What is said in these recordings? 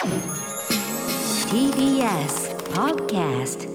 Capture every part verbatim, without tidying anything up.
ティービーエス Podcast。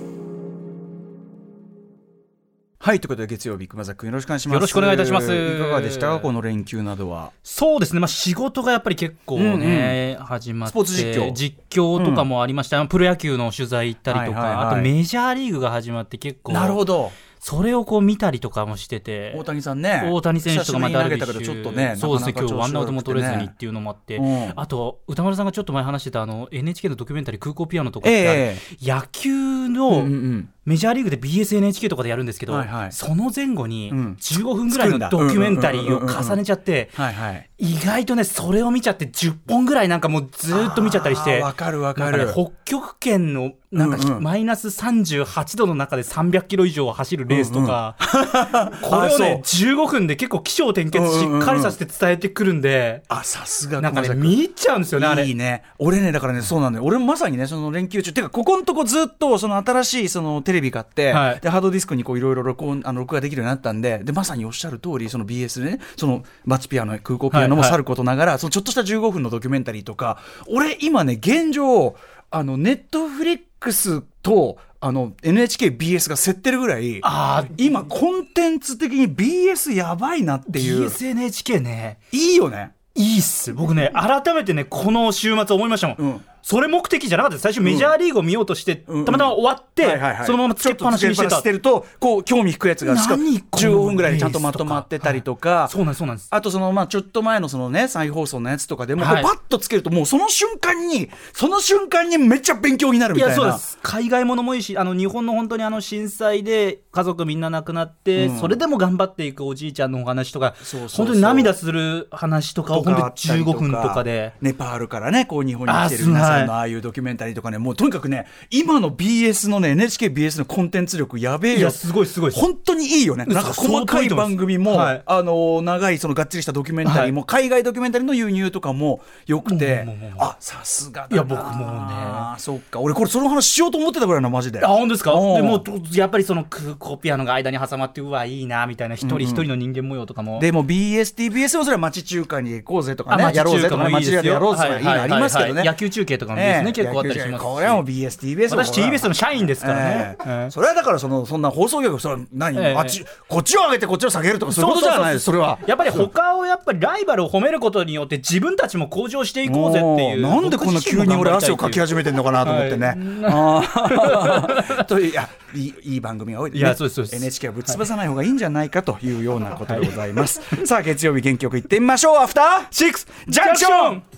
はい、ということで月曜日熊崎くんよろしくお願いします。 よろしくお願いいたします。 いかがでしたかこの連休などは。 そうですね、まあ、仕事がやっぱり結構ね、うんうん、始まってスポーツ実況実況とかもありました、うん、プロ野球の取材行ったりとか、はいはいはい、あとメジャーリーグが始まって結構なるほどそれをこう見たりとかもしてて、 大谷さんね、 大谷選手とかまたダルビッシュ投げたけどちょっとね、 そうですね、今日ワンアウトも取れずにっていうのもあって、 うん、 あと歌丸さんがちょっと前話してたあの エヌエイチケー のドキュメンタリー空港ピアノとかって、 えー、野球の、うんうんうんメジャーリーグで ビーエスエヌエイチケー とかでやるんですけど、はいはい、その前後にじゅうごふんぐらいのドキュメンタリーを重ねちゃって意外とねそれを見ちゃってじゅっぽんぐらいなんかもうずっと見ちゃったりして、 わかるわかる、 なんかね、北極圏のなんか、うんうん、マイナスさんじゅうはちどの中でさんびゃっキロ以上走るレースとか、うんうん、これをねじゅうごふんで結構起承転結しっかりさせて伝えてくるんで、 あ、さすがなんかね見入っちゃうんですよね。あれいいね。俺ねだからねそうなんだよ。俺もまさにねその連休中てかここのとこずっとその新しいそのテレビ買って、はい、でハードディスクにこういろいろ録音あの録画できるようになったんで、でまさにおっしゃる通りその ビーエス でねそのマツピアノ空港ピアノもさることながら、はいはい、そのちょっとしたじゅうごふんのドキュメンタリーとか、俺今ね現状あのネットフリックスとあの エヌエイチケー、ビーエス が競ってるぐらい、あ今コンテンツ的に ビーエス やばいなっていう。 ビーエスエヌエイチケー ねいいよね。 いいっす。僕ね改めてねこの週末思いましたもん、うん、それ目的じゃなかったです。最初メジャーリーグを見ようとして、うん、たまたま終わって、うんうんはいはいはい、そのままつけっぱなしにしてたしてるとこう興味引くやつがしかもじゅうごふんぐらいでちゃんとまとまってたりとか、はい、 そうなんですそうなんです。 あとそのまあちょっと前のそのね再放送のやつとかでも、はい、パッとつけるともうその瞬間にその瞬間にめっちゃ勉強になるみたいな。 いやそうです。海外ものもいいし、あの日本の本当にあの震災で家族みんな亡くなって、うん、それでも頑張っていくおじいちゃんのお話とか、そうそうそう本当に涙する話とかを本当にじゅうごふんとかで、 ネパールからねこう日本に来てる皆さんのああいうドキュメンタリーとかね、もうとにかくね今の ビーエス のね エヌエイチケー、ビーエス のコンテンツ力やべえよ。 いやすごいすごい本当にいいよね。なんか細かい番組も、はい、あの長いそのがっちりしたドキュメンタリーも、はい、海外ドキュメンタリーの輸入とかもよくて、もうもうもうあさすがだな。 いや僕もねそっか俺これその話しようと思ってたぐらいなマジで。 あ本当ですか。でもやっぱりその空港ピアノが間に挟まってうわいいなみたいな一人一人の人間模様とかも、うんうん、 でも ビーエスティービーエス もそれは町中華に行こうぜとかねやろうぜとか町中華でやろうぜとかいいのありますけどね、はいはいはい、 野球中継とかもですね、えー、結構あったりしますし、 これはもう ビーエスティービーエス私 ティービーエス の社員ですからね、 えーえー、それはだからそのそんな放送局それ何、えー、あっちこっちを上げてこっちを下げるとかそういうことじゃないです。それはやっぱり他をやっぱりライバルを褒めることによって自分たちも向上していこうぜっていう。 なんでこんな急に俺汗をかき始めてんのかなと思ってね、はい、といやいい、いい番組が多いですね。いやそうですそうです。 エヌエイチケー はぶっ潰さない方がいいんじゃないかというようなことでございます、はい、さあ月曜日元気よくいってみましょう。アフターシックスジャンクション。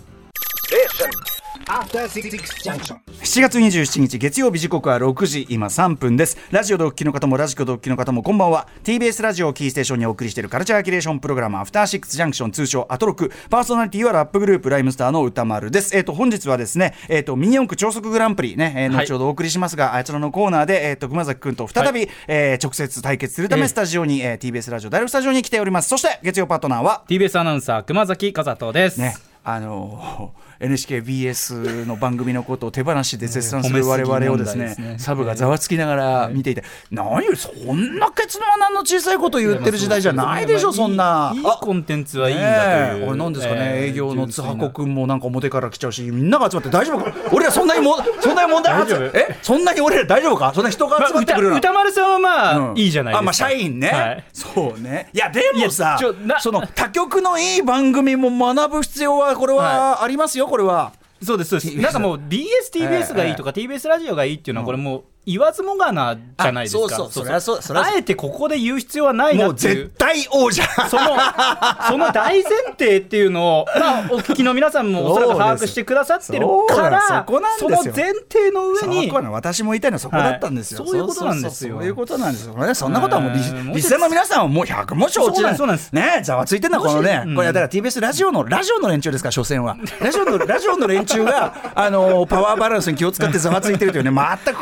しちがつにじゅうしちにち月曜日時刻はろくじ今さんぷんです。ラジオでお聞きの方もラジコでお聞きの方もこんばんは。 ティービーエス ラジオをキーステーションにお送りしているカルチャーキュレーションプログラムアフターシックスジャンクション、通称アトロク。パーソナリティはラップグループライムスターの歌丸です。えっ、ー、と本日はですね、えっ、ー、とミニ四駆超速グランプリね、えー、後ほどお送りしますが、はい、あちらのコーナーで、えっ、ー、と熊崎くんと再び、はいえー、直接対決するためスタジオに、えー、ティービーエス ラジオ第六スタジオに来ております。そして月曜パートナーはティービーエス アナウンサー熊崎和人です、 ね、あのーエヌエイチケー、ビーエス の番組のことを手放しで絶賛する我々をですね、えー、サブがざわつきながら見ていて、えー、何よりそんなケツの穴の小さいことを言ってる時代じゃないでしょ。そんないいコンテンツはいいんだという、 えー、何ですかね、えー、営業の津箱くんもなんか表から来ちゃうし、みんなが集まって大丈夫か俺らそんなにもそんなに問題発えそんなに俺ら大丈夫か、そんな人が集まってくるの、 まあ、歌, 歌丸さんはまあ、うん、いいじゃないですか。 あ、まあ、社員ね、はい、そうね。いやでもさその他局のいい番組も学ぶ必要はこれはありますよ、これは。 そうですそうです。なんかもう ビーエスティービーエス がいいとか ティービーエス ラジオがいいっていうのはこれもう言わずもがなじゃないですか。 そうそうそうそうそう。 あえてここで言う必要はないなっていう、 もう絶対王者そのその大前提っていうのを、まあ、お聞きの皆さんもおそらく把握してくださってるからそ, こなんですよ。その前提の上に私も言いたいのはそこだったんですよ、 はい、そういうことなんですよ。 そういうことなんですよ、ね、そんなことはもうリスナーの皆さんはもうひゃくも承知なんですね。ざわついてるのはこのね、うん、これだから ティービーエス ラジオのラジオの連中ですから所詮はラジオのラジオの連中があのパワーバランスに気を使ってざわついてるというね全く小物前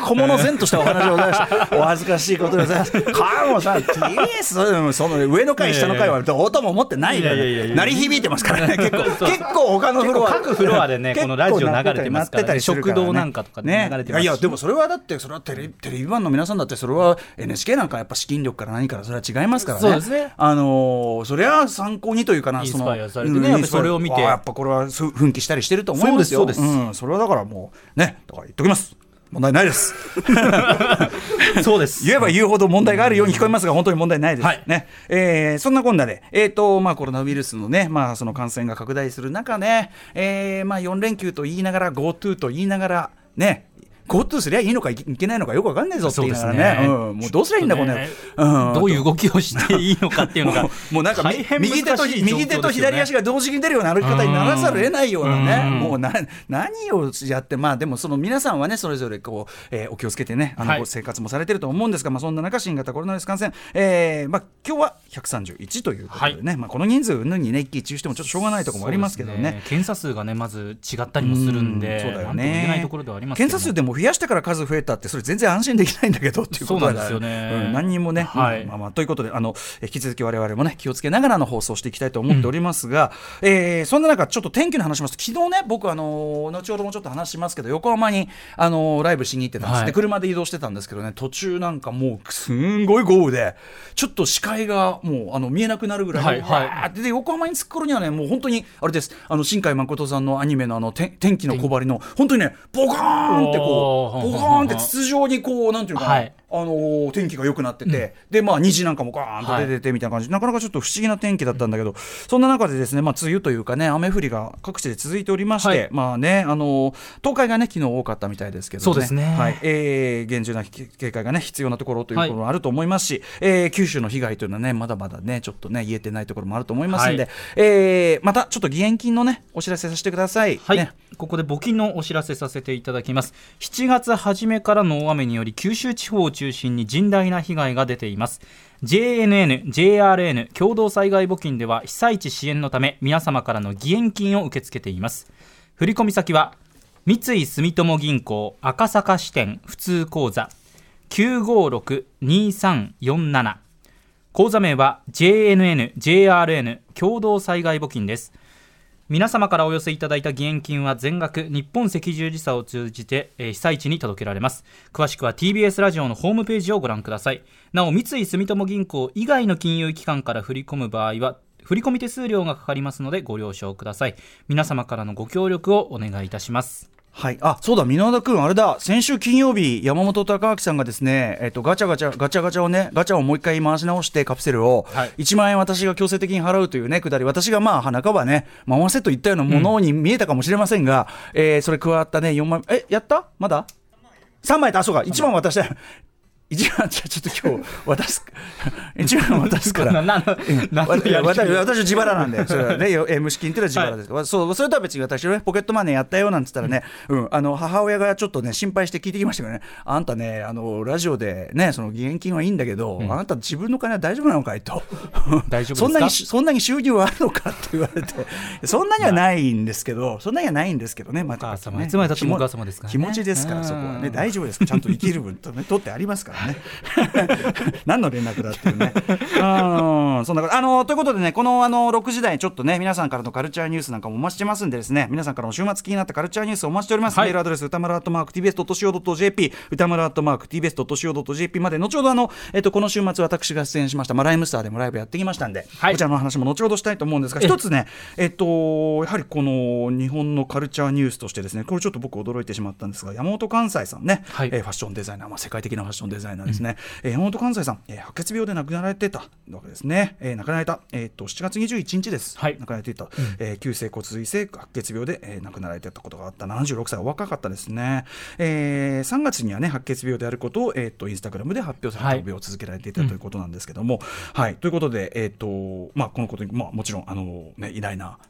然としたお話でございましたお恥ずかしいことでございます川本さん ティービーエス その上の階下の階はどうとも思ってないからね鳴り響いてますからね結構結構他のフロア各フロアでねこのラジオ流れてますから、ね、食堂なんかとかで流れてますし、 ね、いやでもそれはだってそれはテレビ、テレビ版の皆さんだってそれは エヌエイチケー なんかやっぱ資金力から何からそれは違いますからね。 そうですね。 あのー、それは参考にというかな、 インスそのパイアされてね、うん、やっぱそれを見てやっぱこれは奮起したりしてると思いますよ。 そうですそうです、 うん、それはだからもうねだから言っときます。問題ないですそうです言えば言うほど問題があるように聞こえますが本当に問題ないです、 はいねえー、そんなこんなで、えーとまあ、コロナウイルスの、ねまあ、その感染が拡大する中ね、えーまあ、よん連休と言いながら GoTo と言いながらねGoTo すりゃいいのかいけないのかよくわかんないぞって言いながら ね, ね、うん、もうどうすりゃいいんだこれ、ねうん、 どういう動きをしていいのかっていうのがもうなんか右手と右手と左足が同時に出るような歩き方にならざるを得ないようなねもうな何をやってまあでもその皆さんはねそれぞれこう、えー、お気をつけてねあの、はい、生活もされてると思うんですが、まあ、そんな中新型コロナウイルス感染、えーまあ、今日はひゃくさんじゅういちということでね、はいまあ、この人数云々にね一喜一憂してもちょっとしょうがないところもありますけど ね, ね検査数がねまず違ったりもするんで、うん、そうだよね、なんとも言えないところではありますけど、 検査数でも増やしてから数増えたってそれ全然安心できないんだけどっていうことなんですよね、 うん、何人もね、はいまあまあ、ということであの引き続き我々もね気をつけながらの放送をしていきたいと思っておりますが、うんえー、そんな中ちょっと天気の話しますと昨日ね僕あの後ほどもちょっと話しますけど横浜にあのライブしに行ってたんです、はい、で車で移動してたんですけどね途中なんかもうすんごい豪雨でちょっと視界がもうあの見えなくなるぐらい、はいはい、で横浜に着く頃にはねもう本当にあれですあの新海誠さんのアニメのあの天気の小針の本当にねボカーンってこうボカーンって筒状にこうなんていうかな、はいあのー、天気が良くなってて、うん、でまあ虹なんかもガーンと出ててみたいな感じ、はい、なかなかちょっと不思議な天気だったんだけど、うん、そんな中でですね、まあ、梅雨というかね雨降りが各地で続いておりまして、はい、まあねあのー、東海がね昨日多かったみたいですけどね、 そうですね、 はいえー、厳重な警戒がね必要なところというところもあると思いますし、はいえー、九州の被害というのはねまだまだねちょっとね言えてないところもあると思いますんで、はいえー、またちょっと義援金のねお知らせさせてください、 はいね、 ここで募金のお知らせさせていただきます。しちがつ初めからの大雨により九州地方を中心に甚大な被害が出ています。 ジェーエヌエヌ、ジェーアールエヌ 共同災害募金では被災地支援のため皆様からの義援金を受け付けています。振込先は三井住友銀行赤坂支店普通口座 きゅうごろくにさんよんなな、 口座名は ジェーエヌエヌ、ジェーアールエヌ 共同災害募金です。皆様からお寄せいただいた義援金は全額日本赤十字社を通じて、えー、被災地に届けられます。詳しくは ティービーエス ラジオのホームページをご覧ください。なお三井住友銀行以外の金融機関から振り込む場合は振込手数料がかかりますのでご了承ください。皆様からのご協力をお願いいたします。 はい、あそうだ箕輪田君あれだ先週金曜日山本貴明さんがですね、えっと、ガチャガチャガチャガチャをねガチャをもう一回回し直してカプセルをいちまん円私が強制的に払うというねくだり私がまあ半ばね回せといったようなものに見えたかもしれませんが、うんえー、それ加わったねよんまんえやったまださんまいだそうかいちまん渡したいちまんじゃちょっと今日渡すいちまん渡すから私は自腹なんでそれはね無資金っていうのは自腹ですから、はい、そうそれとは別に私はねポケットマネーやったよなんて言ったらね、うんうん、あの母親がちょっとね心配して聞いてきましたけどねあんたねあのラジオでねその義援金はいいんだけど、うん、あなた自分の金は大丈夫なのかいと大丈夫ですかそんなにそんなに収入はあるのかって言われてそんなにはないんですけどそんなにはないんですけどね、まあ、 お母様、ね、いつまでたってもお母様ですから、ね、 気持ちですからそこはね大丈夫ですちゃんと生きる分とね取ってありますからね何の連絡だっていうねうんそんなあのということでねこのあのろくじ台ちょっとね皆さんからのカルチャーニュースなんかもお待ちしてますんでですね皆さんからの週末気になったカルチャーニュースをお待ちしております、はい、メールアドレス歌丸アットマーク ティービーエスドットシーオードットジェーピー 歌丸アットマーク ティービーエスドットシーオードットジェーピー まで後ほどあの、えっと、この週末私が出演しました、まあ、ライムスターでもライブやってきましたんで、はい、こちらの話も後ほどしたいと思うんですが一つねえっとやはりこの日本のカルチャーニュースとしてですねこれちょっと僕驚いてしまったんですが山本関西さんね、はいえー、ファッションデザイナー、まあ、世界的なファッションデザイナーですね、うんえー、山本関西さん、えー、白血病で亡くなられてたわけですね、えー、亡くなられた、えー、としちがつにじゅういちにちです、はい、亡くなられていた、うんえー、急性骨髄性白血病で、えー、亡くなられてたことがあったななじゅうろくさいお若かったですね、えー、さんがつにはね白血病であることを、えー、とインスタグラムで発表された病を続けられていた、はい、ということなんですけども、うんはい、ということで、えーとまあ、このことに、まあ、もちろんあの、ね、偉大な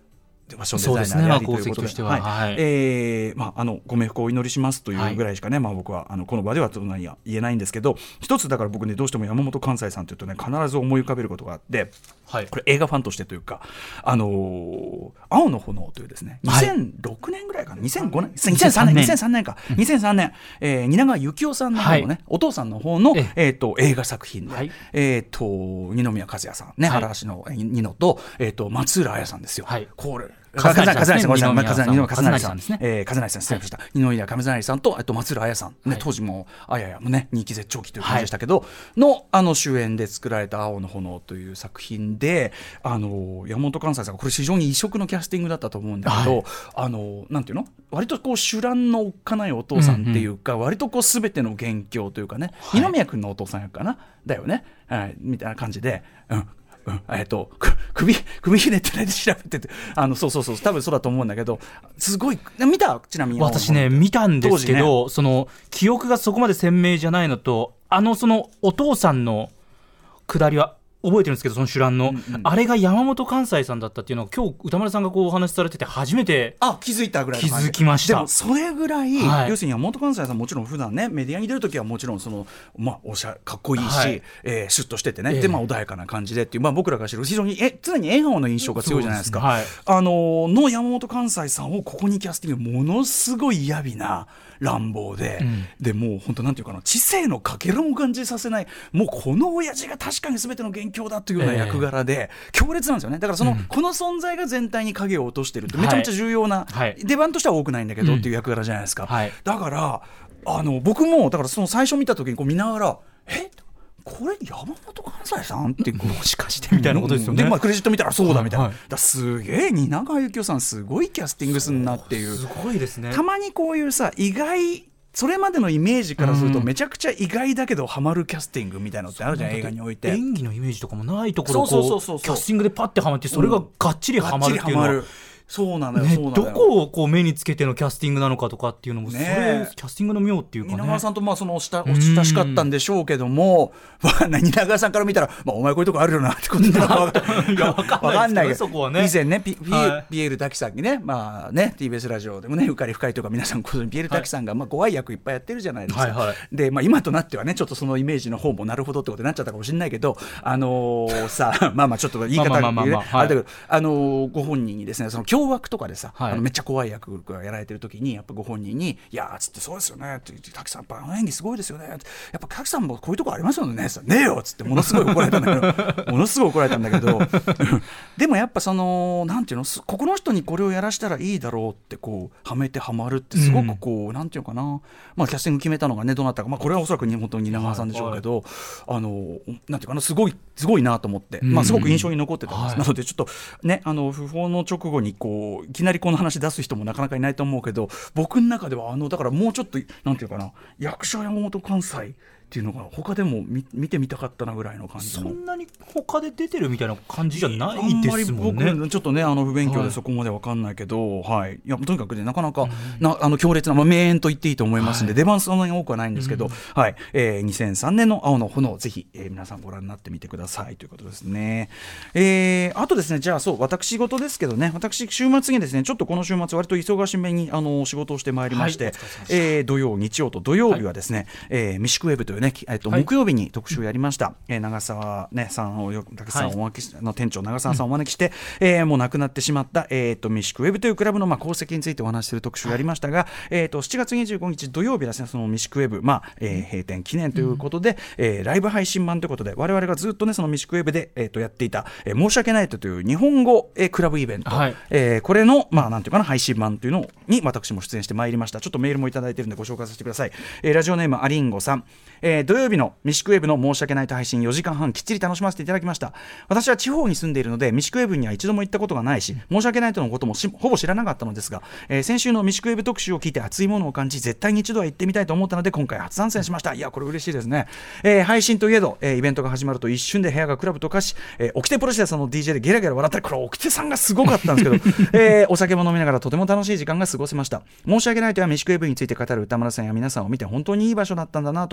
ファッションデザイナーでありということで、 ね、はいはい、 えーまあ、あのご冥福をお祈りしますというぐらいしかね、はい、まあ、僕はあのこの場ではそんなに言えないんですけど、一つだから僕ねどうしても山本関西さんというとね必ず思い浮かべることがあって、はい、これ映画ファンとしてというか、あのー、青の炎というですね、にせんろくねんぐらいかな、にせんごねん、にせんさんねん、にせんさんねんか、にせんさんねん、えー、蜷川幸雄さんの方のね、はい、お父さんの方の、ええー、と映画作品で、はい、えー、と二宮和也さんね、はい、原橋の二野と、えー、と松浦綾さんですよ、はい、これ和成さん、ごめんなさい、二宮和也さんですね、えー、和成さん失礼しました、二宮和也さんと、えっと、松浦綾さん、ね、当時も綾やもね人気絶頂期という感じでしたけど、のあの主演で作られた青の炎という作品で、あの山本関西さんがこれ非常に異色のキャスティングだったと思うんだけど、はい、あのなんていうの、割とこう主覧のおっかないお父さんっていうか、うんうん、割とこう全ての元凶というかね、はい、二宮君のお父さんやかなだよね、はい、みたいな感じで、うんうん、えっと首首ひねってないで調べてて、あのそうそうそう多分そうだと思うんだけど、すごい見た、ちなみに私ね見たんですけど、ね、その記憶がそこまで鮮明じゃないのと、あのそのお父さんのくだりは覚えてるんですけど、その主覧の、うんうん、あれが山本関西さんだったっていうのは今日歌丸さんがこうお話しされてて初めてあ気づいたぐらいの気づきました。 でもそれぐらい、はい、要するに山本関西さんもちろん普段ねメディアに出るときはもちろんその、まあ、おしゃかっこいいし、はい、えー、シュッとしててね、えー、で、まあ、穏やかな感じでっていう、まあ、僕らが知る非常にえ常に笑顔の印象が強いじゃないですか。 そうですね、 はい、あのー、の山本関西さんをここにキャスティングものすごい嫌味な乱暴で、うん、でもう本当なんていうかな、知性のかけらも感じさせない、もうこの親父が確かに全ての元凶だというような役柄で、えー、強烈なんですよね。だからその、うん、この存在が全体に影を落としてるってめちゃめちゃ重要な、はい、出番としては多くないんだけど、うん、っていう役柄じゃないですか、はい、だからあの僕もだからその最初見た時にこう見ながらえこれ山本関西さんってもしかしてみたいなことですよね。で、まあ、クレジット見たらそうだみたいな、はいはい、だすげえ蜷川幸雄さんすごいキャスティングすんなっていう、 すごいですね。 たまにこういうさ意外それまでのイメージからするとめちゃくちゃ意外だけどハマるキャスティングみたいなのってあるじゃん、映画において。 演技のイメージとかもないところをこうキャスティングでパッてハマってそれががっちりハマるっていうのは、うん、 そうなのよ、 ね、 そうなのよ。 どこをこう目につけてのキャスティングなのかとかっていうのも、それキャスティングの妙っていうかね。 蜷川さんとまあその親親しかったんでしょうけども、まあ、蜷川さんから見たら、まあ、お前こういうとこあるよなってことなのか分かんないけど、そこはね、以前ね ピ, ピ, はい、ピエール滝さんにね、まあね ティービーエス ラジオでもねゆかり深いとか皆さんご存じピエール滝さんがまあ怖い役いっぱいやってるじゃないですか、はいはい、で、まあ、今となってはねちょっとそのイメージの方もなるほどってことになっちゃったかもしれないけど、あのー、さまあまあちょっと言い方がねあれだけど、あのー、ご本人にですねその凶悪とかでさ、はい、あのめっちゃ怖い役がやられてる時にやっぱご本人にいやーつってそうですよねって滝さんやっぱあの演技すごいですよね、やっぱ滝さんもこういうとこありますよねねえよっつってものすごい怒られたんだけどものすごい怒られたんだけどでもやっぱそのなんていうのここの人にこれをやらしたらいいだろうってこうはめてはまるってすごくこう、うん、なんていうかな、まあ、キャスティング決めたのがねどなたか、まあ、これはおそらく本当に蜷川さんでしょうけど、はいはい、あのなんていうかなすごいすごいなと思って、まあ、すごく印象に残ってたんです、うん、なのでちょっとねあの訃報の直後にこういきなりこの話出す人もなかなかいないと思うけど、僕の中ではあのだからもうちょっとなんていうかな役者山本関西っていうのが他でも 見, 見てみたかったなぐらいの感じの。 そんなに他で出てるみたいな感じじゃないですもんね。 あんまり僕ちょっとねあの不勉強でそこまで分かんないけど、はい、いやとにかくねなかなか、うん、なあの強烈な、まあ、名演と言っていいと思いますんで、はい、出番そんなに多くはないんですけど、うんはいえー、にせんさんねんの青の炎ぜひ、えー、皆さんご覧になってみてくださいということですね。えー、あとですねじゃあそう私事ですけどね、私週末にですねちょっとこの週末割と忙しめにあの仕事をしてまいりまして、はいえー、土曜日曜と土曜日はですね、はいえー、ミシクウェブというね、えーとはい、木曜日に特集をやりました、えー、長澤、ね、さんを竹さんをお招きし、はい、の店長長澤さんをお招きして、うんえー、もう亡くなってしまった、えー、とミシクウェブというクラブの、まあ、功績についてお話しする特集をやりましたが、はいえー、としちがつにじゅうごにち土曜日はですねそのミシクウェブ、まあえー、閉店記念ということで、うんえー、ライブ配信版ということで我々がずっとねそのミシクウェブで、えー、とやっていた、えー、申し訳ないという日本語、えー、クラブイベント、はいえー、これの、まあ、なんていうかな配信版というのに私も出演してまいりました。ちょっとメールもいただいているのでご紹介させてください。えー、ラジオネームアリンゴさん、えー、土曜日のミシクウェブの申し訳ないと配信よじかんはんきっちり楽しませていただきました。私は地方に住んでいるのでミシクウェブには一度も行ったことがないし申し訳ないとのこともほぼ知らなかったのですが、えー、先週のミシクウェブ特集を聞いて熱いものを感じ絶対に一度は行ってみたいと思ったので今回初参戦しました。いやこれ嬉しいですね。えー、配信といえど、えー、イベントが始まると一瞬で部屋がクラブと化し、えー、オキテプロシアさんの ディージェー でゲラゲラ笑ったり、これオキテさんがすごかったんですけど、えー、お酒も飲みながらとても楽しい時間が過ごせました。申し訳ないとはミシクウェブについて語る歌丸さんや皆さんを見て本当にいい場所だったんだなと感じました。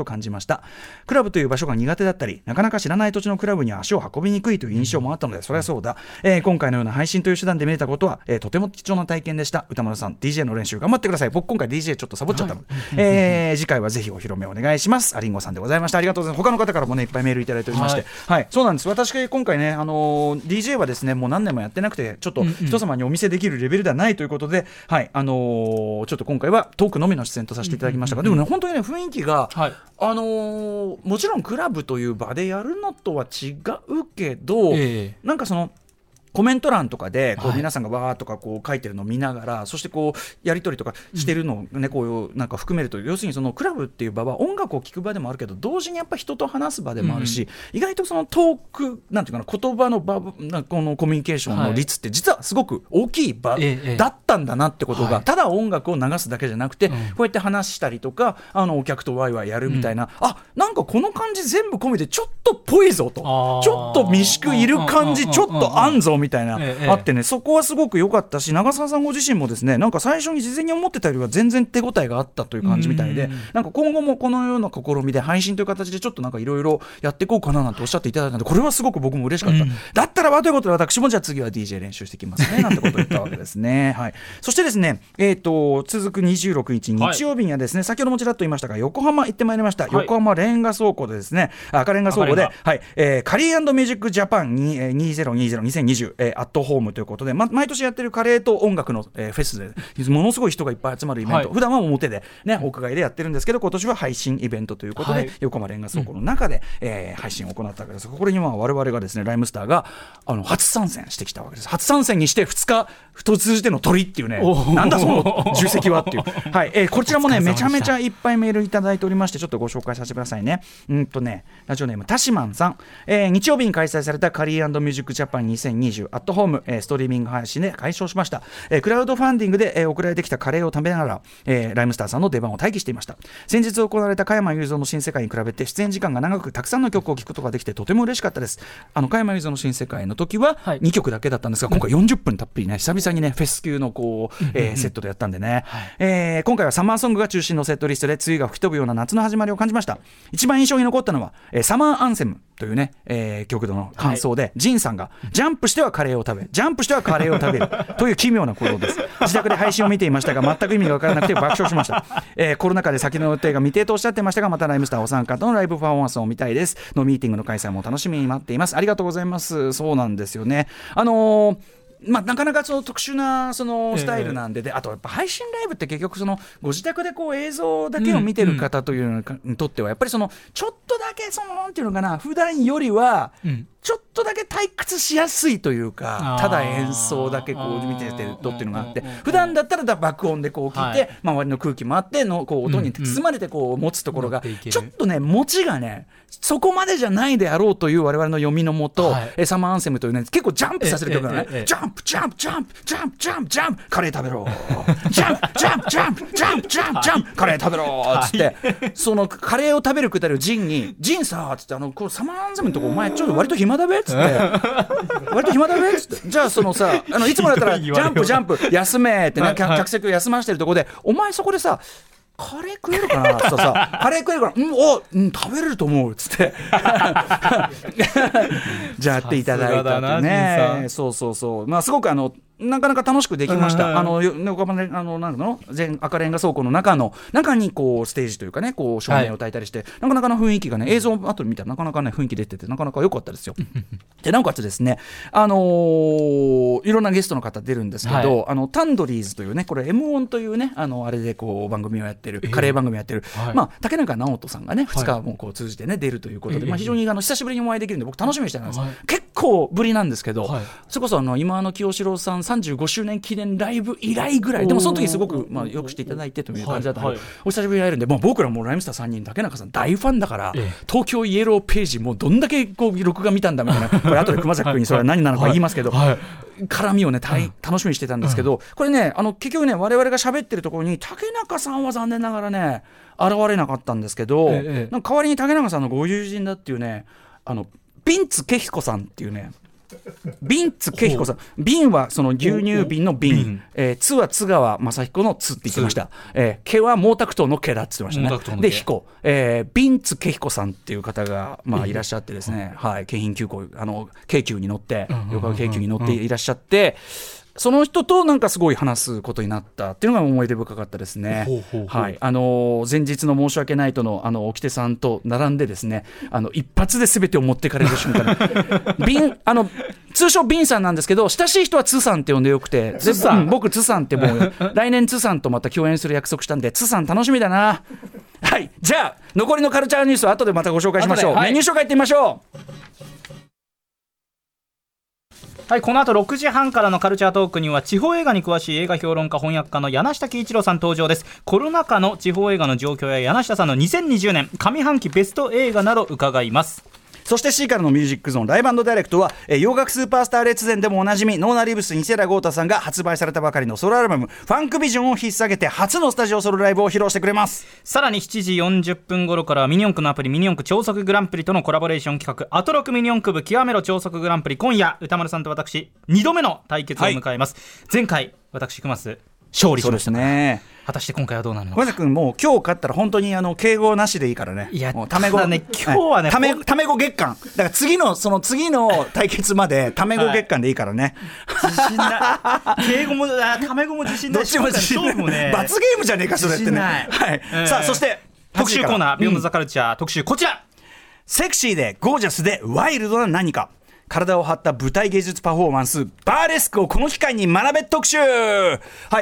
した。クラブという場所が苦手だったり、なかなか知らない土地のクラブに足を運びにくいという印象もあったので、それはそうだ、えー、今回のような配信という手段で見れたことは、えー、とても貴重な体験でした。歌丸さん ディージェー の練習頑張ってください。僕今回 ディージェー ちょっとサボっちゃったの、はいえー、次回はぜひお披露目お願いします。ありんごさんでございました。ありがとうございます。他の方からもねいっぱいメールいただいておりまして、はい、はい、そうなんです。私今回ね、あのー、ディージェー はですねもう何年もやってなくてちょっと人様にお見せできるレベルではないということで、うんうんはい、あのー、ちょっと今回はトークのみの出演とさせていただきましたが、うんうんうん、でもね本当にね雰囲気が、はい、あのー、もちろんクラブという場でやるのとは違うけど、えー、なんかそのコメント欄とかでこう皆さんがわーとかこう書いてるのを見ながら、はい、そしてこうやり取りとかしてるのをね、こういうなんか含めると、要するにそのクラブっていう場は音楽を聴く場でもあるけど同時にやっぱ人と話す場でもあるし、うん、意外とそのトークなんていうかな言葉の場なこのコミュニケーションの率って実はすごく大きい場だったんだなってことが、はい、ただ音楽を流すだけじゃなくて、うん、こうやって話したりとかあのお客とワイワイやるみたいな、うん、あなんかこの感じ全部込みでちょっとぽいぞと、ちょっと民宿いる感じちょっとあんぞみたいな、ええ、あってね、そこはすごく良かったし、長澤さんご自身もですねなんか最初に事前に思ってたよりは全然手応えがあったという感じみたいで、なんか今後もこのような試みで配信という形でちょっとなんかいろいろやっていこうかななんておっしゃっていただいたので、これはすごく僕も嬉しかった、うん、だったらばということで私もじゃあ次は ディージェー 練習してきますねなんてことを言ったわけですね、はい、そしてですね、えー、と続くにじゅうろくにち日曜日にはですね、はい、先ほどもちらっと言いましたが横浜行ってまいりました、はい、横浜レンガ倉庫でですね赤レンガ倉庫で、はいえー、カリー&ミュージックジャパンに、えー、にせんにじゅう にせんにじゅう、えー、アットホームということで、ま、毎年やってるカレーと音楽の、えー、フェスでものすごい人がいっぱい集まるイベント、はい、普段は表で、ね、屋外でやってるんですけど今年は配信イベントということで、はい、横浜レンガ倉庫の中で、うんえー、配信を行ったわけです。これには我々がですねライムスターがあの初参戦してきたわけです。初参戦にしてふつかと通じての鳥っていうね、なんだその重責はっていう、はいえー、こちらもねめちゃめちゃいっぱいメールいただいておりまして、ちょっとご紹介させてくださいね。うんとねラジオネームタシマンさん、えー、日曜日に開催されたカリー&ミュージックジャパンにせんにじゅうアットホーム、えー、ストリーミング配信で開催しました、えー、クラウドファンディングで、えー、送られてきたカレーを食べながら、えー、ライムスターさんの出番を待機していました。先日行われた加山雄三の新世界に比べて出演時間が長くたくさんの曲を聴くことができてとても嬉しかったです。あの加山雄三の新世界の時はにきょくだけだったんですが、今回よんじゅっぷんたっぷりね久々にねフェス級のこう、えー、セットでやったんでね、はいえー、今回はサマーソングが中心のセットリストで梅雨が吹き飛ぶような夏の始まりを感じました。一番印象に残ったのは、えー、サマーアンセムというね、えー、曲の感想で、はい、ジンさんがジャンプしてはカレーを食べジャンプしてはカレーを食べるという奇妙な行動です。自宅で配信を見ていましたが全く意味が分からなくて爆笑しました、えー、コロナ禍で先の予定が未定とおっしゃってましたが、またライムスターお三方のライブパフォーマンスを見たいですのミーティングの開催も楽しみに待っています。ありがとうございます。そうなんですよね、あのーまあ、なかなかその特殊なそのスタイルなんで、えー、であとやっぱ配信ライブって結局そのご自宅でこう映像だけを見てる方というのにとってはやっぱりそのちょっとだけそのなんていうのかな普段よりはちょっとだけ退屈しやすいというか、ただ演奏だけこう見ててるとっていうのがあって、普段だったら爆音でこう聞いて周りの空気もあってのこう音に包まれてこう持つところがちょっとね持ちがねそこまでじゃないであろうという我々の読みのもと、はい、サマーアンセムというね結構ジャンプさせる曲がね、ジャンプジャンプジャンプジャンプジャンプジャンプカレー食べろジャンプジャンプジャンプジャンプジャンプジャンプカレー食べろっつってそのカレーを食べるくだりをジンにジンさっつってあのこうサマーアンセムのとこお前ちょっと割と暇だべっつって割と暇だべっつってじゃあそのさあのいつもだったらジャンプジャンプ休めってね客席を休ませてるとこでお前そこでさカレー食えるかなってさカレー食えるからうんお、うん、食べれると思うっつってじゃあやっていただいたってねそうそうそうまあすごくあのなかなか楽しくできました。あの横浜であのなんの全赤レンガ倉庫の中の中にこうステージというかねこう照明を焚いたりして、はい、なかなかの雰囲気がね映像後で見たらなかなかね雰囲気出ててなかなか良かったですよ。でなおかつですねあのー、いろんなゲストの方出るんですけど、はい、あのタンドリーズというねこれ エムワン というねあのあれでこう番組をやってるカレー番組をやってる、えー、まあ竹中直人さんがねふつかもこう通じてね出るということで、まあ非常にあの久しぶりにお会いできるんで僕楽しみにしてたんです。はい、結構ぶりなんですけど、はい、それこそあの今の清志郎さんさんじゅうごしゅうねん記念ライブ以来ぐらいでもその時すごくまあよくしていただいてという感じだったので、はいはい、お久しぶりに会えるんでもう僕らもうライムスターさんにん竹中さん大ファンだから、ええ、東京イエローページもうどんだけこう録画見たんだみたいなこれ後で熊崎君にそれは何なのか言いますけど、はいはい、絡みをね楽しみにしてたんですけど、うん、これねあの結局ね我々が喋ってるところに竹中さんは残念ながらね現れなかったんですけど、ええ、なんか代わりに竹中さんのご友人だっていうねあのビンツケヒコさんっていうねビンツケヒコさん、瓶はその牛乳瓶の瓶、えー、津は津川雅彦の津って言ってました、えー、毛は毛沢東の毛だって言ってましたね。で彦、えー、ビンツケヒコさんっていう方が、まあ、いらっしゃってですね、はい、京浜急行、あの京急に乗って横浜京急に乗っていらっしゃって、その人となんかすごい話すことになったっていうのが思い出深かったですね。ほうほうほう、はい、あのー、前日の申し訳ないとのあの沖手さんと並んでですね、あの一発で全てを持ってかれる瞬間ビンあの通称ビンさんなんですけど、親しい人はツさんって呼んでよくて、ツさん、うん、僕ツさんってもう来年ツさんとまた共演する約束したんで、ツさん楽しみだな。はい、じゃあ残りのカルチャーニュースは後でまたご紹介しましょう。はい、メニュー紹介いってみましょう。 はい、この後ろくじはんからのカルチャートークには地方映画に詳しい映画評論家翻訳家の柳下喜一郎さん登場です。コロナ禍の地方映画の状況や柳下さんのにせんにじゅうねん上半期ベスト映画など伺います。 そして C からのミュージックゾーンライブ&ダイレクトは、えー、洋楽スーパースター列伝でもおなじみノーナリブス伊勢田豪太さんが発売されたばかりのソロアルバムファンクビジョンを引っ提げて初のスタジオソロライブを披露してくれます。 さらにしちじよんじゅっぷん頃からはミニ四駆のアプリミニ四駆超速グランプリとのコラボレーション企画アトロクミニ四駆部極めろ超速グランプリ、今夜歌丸さんと私にどめの対決を迎えます。はい、前回私クマス勝利しましたね。果たして今回はどうなるのか。 小崎君もう今日勝ったら本当にあの敬語なしでいいからね。 いやもうタメ語ね、今日はねタメタメ語月間だから次のその次の対決までタメ語月間でいいからね。 はい、自信ない敬語もタメ語も自信ない。 どっちも自信ない。もね罰ゲームじゃねえかそれってね。はい、えー、さあそして特集コーナービヨンドザカルチャー、うん、特集こちら。 セクシーでゴージャスでワイルドな何か、体を張った舞台芸術パフォーマンスバーレスクをこの機会に学べ特集。はい、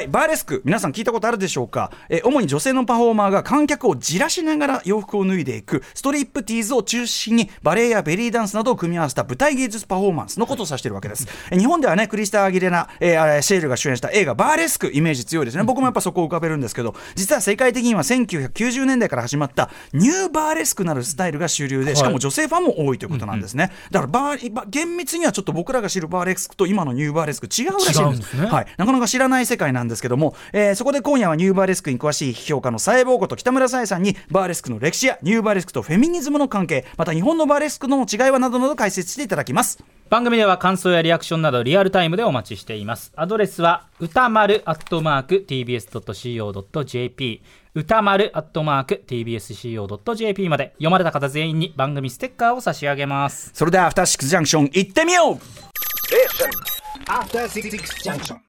バーレスク皆さん聞いたことあるでしょうか。え主に女性のパフォーマーが観客をじらしながら洋服を脱いでいくストリップティーズを中心にバレエやベリーダンスなどを組み合わせた舞台芸術パフォーマンスのことを指しているわけです。え日本ではねクリスタ・アギレナ、えー、シェールが主演した映画バーレスクイメージ強いですね。僕もやっぱそこを浮かべるんですけど、実は世界的にはせんきゅうひゃくきゅうじゅうねんだいから始まったニューバーレスクなるスタイルが主流で、しかも女性ファンも多いということなんですね。だからバー厳密にはちょっと僕らが知るバーレスクと今のニューバーレスク違うらしいんです。 違うんですね。 はい、なかなか知らない世界なんですけども、えー、そこで今夜はニューバーレスクに詳しい批評家の佐江坊こと北村沙耶さんにバーレスクの歴史やニューバーレスクとフェミニズムの関係、また日本のバーレスクの違いはなどなど解説していただきます。 番組では感想やリアクションなどリアルタイムでお待ちしています。アドレスは歌丸アットマーク ティービーエスドットシーオードットジェーピー 歌丸アットマーク ティービーエスシーオードットジェーピー まで読まれた方全員に番組ステッカーを差し上げます。 それではアフターシックスジャンクション行ってみよう。 After Six Junction